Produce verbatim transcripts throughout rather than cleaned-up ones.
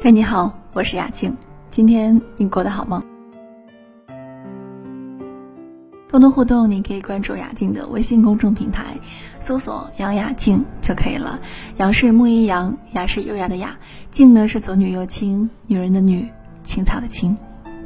嘿，你好，我是雅静，今天你过得好吗？沟通互动，你可以关注雅静的微信公众平台，搜索杨雅静就可以了。杨是木一杨，雅是优雅的雅，静呢是左女右青，女人的女，青草的青。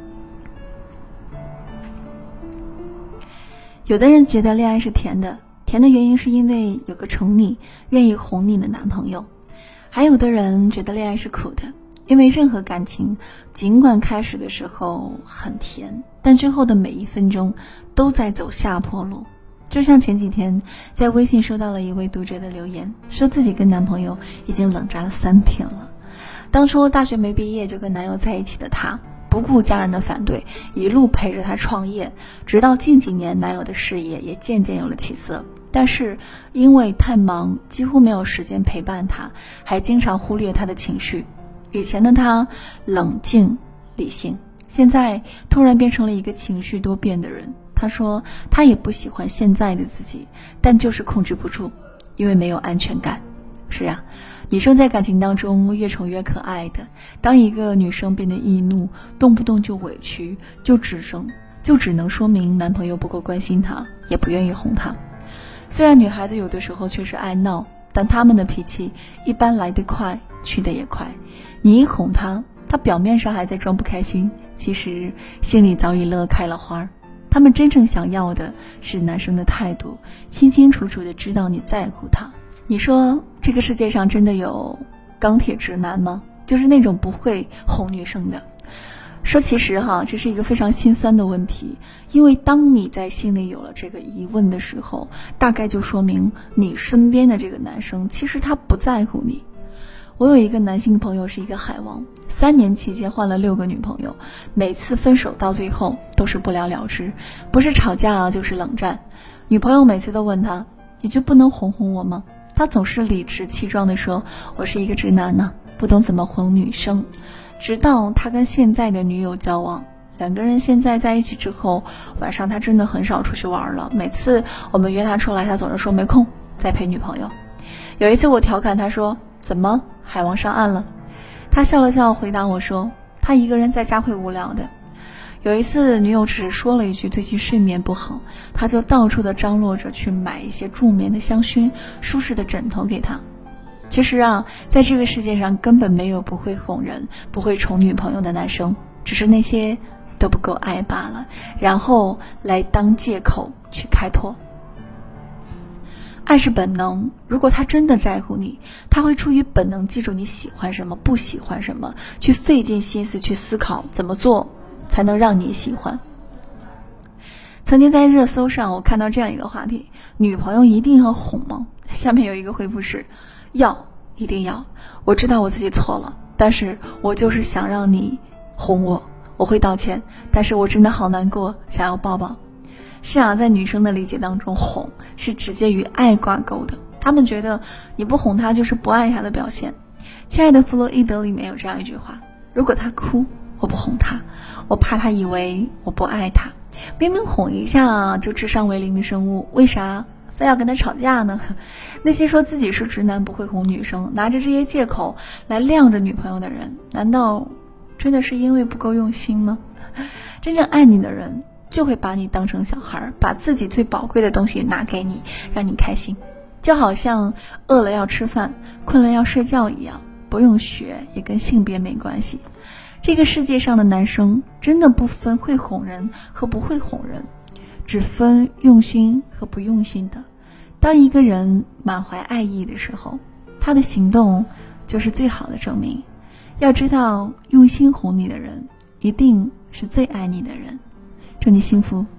有的人觉得恋爱是甜的，甜的原因是因为有个宠你、愿意哄你的男朋友；还有的人觉得恋爱是苦的，因为任何感情尽管开始的时候很甜，但最后的每一分钟都在走下坡路。就像前几天在微信收到了一位读者的留言，说自己跟男朋友已经冷战了三天了。当初大学没毕业就跟男友在一起的她，不顾家人的反对，一路陪着他创业，直到近几年男友的事业也渐渐有了起色，但是因为太忙几乎没有时间陪伴他，还经常忽略他的情绪。以前的他冷静理性，现在突然变成了一个情绪多变的人。他说他也不喜欢现在的自己，但就是控制不住，因为没有安全感。是啊，女生在感情当中越宠越可爱的，当一个女生变得易怒，动不动就委屈就指责，就只能说明男朋友不够关心她，也不愿意哄她。虽然女孩子有的时候确实爱闹，但她们的脾气一般来得快去得也快。你一哄她，她表面上还在装不开心，其实心里早已乐开了花。她们真正想要的是男生的态度，清清楚楚地知道你在乎她。你说这个世界上真的有钢铁直男吗？就是那种不会哄女生的。说其实哈，这是一个非常心酸的问题，因为当你在心里有了这个疑问的时候，大概就说明你身边的这个男生其实他不在乎你。我有一个男性朋友是一个海王，三年期间换了六个女朋友，每次分手到最后都是不了了之，不是吵架啊就是冷战。女朋友每次都问他，你就不能哄哄我吗？他总是理直气壮地说，我是一个直男呢，不懂怎么哄女生。直到他跟现在的女友交往，两个人现在在一起之后，晚上他真的很少出去玩了，每次我们约他出来，他总是说没空，在陪女朋友。有一次我调侃他说，怎么海王上岸了？他笑了笑回答我说，他一个人在家会无聊的。有一次女友只是说了一句最近睡眠不好，他就到处的张罗着去买一些助眠的香薰、舒适的枕头给他。其实啊，在这个世界上根本没有不会哄人、不会宠女朋友的男生，只是那些都不够爱罢了，然后来当借口去开拓。爱是本能，如果他真的在乎你，他会出于本能记住你喜欢什么不喜欢什么，去费尽心思去思考怎么做才能让你喜欢。曾经在热搜上我看到这样一个话题，女朋友一定要哄吗？下面有一个回复是，要，一定要。我知道我自己错了，但是我就是想让你哄我，我会道歉，但是我真的好难过，想要抱抱。是啊，在女生的理解当中，哄是直接与爱挂钩的，他们觉得你不哄她就是不爱她的表现。亲爱的弗洛伊德里面有这样一句话，如果她哭，我不哄她，我怕她以为我不爱她。明明哄一下就智商为零的生物，为啥非要跟她吵架呢？那些说自己是直男不会哄女生，拿着这些借口来晾着女朋友的人，难道真的是因为不够用心吗？真正爱你的人就会把你当成小孩，把自己最宝贵的东西拿给你，让你开心。就好像饿了要吃饭，困了要睡觉一样，不用学也跟性别没关系。这个世界上的男生真的不分会哄人和不会哄人，只分用心和不用心的。当一个人满怀爱意的时候，他的行动就是最好的证明。要知道，用心哄你的人一定是最爱你的人。祝你幸福。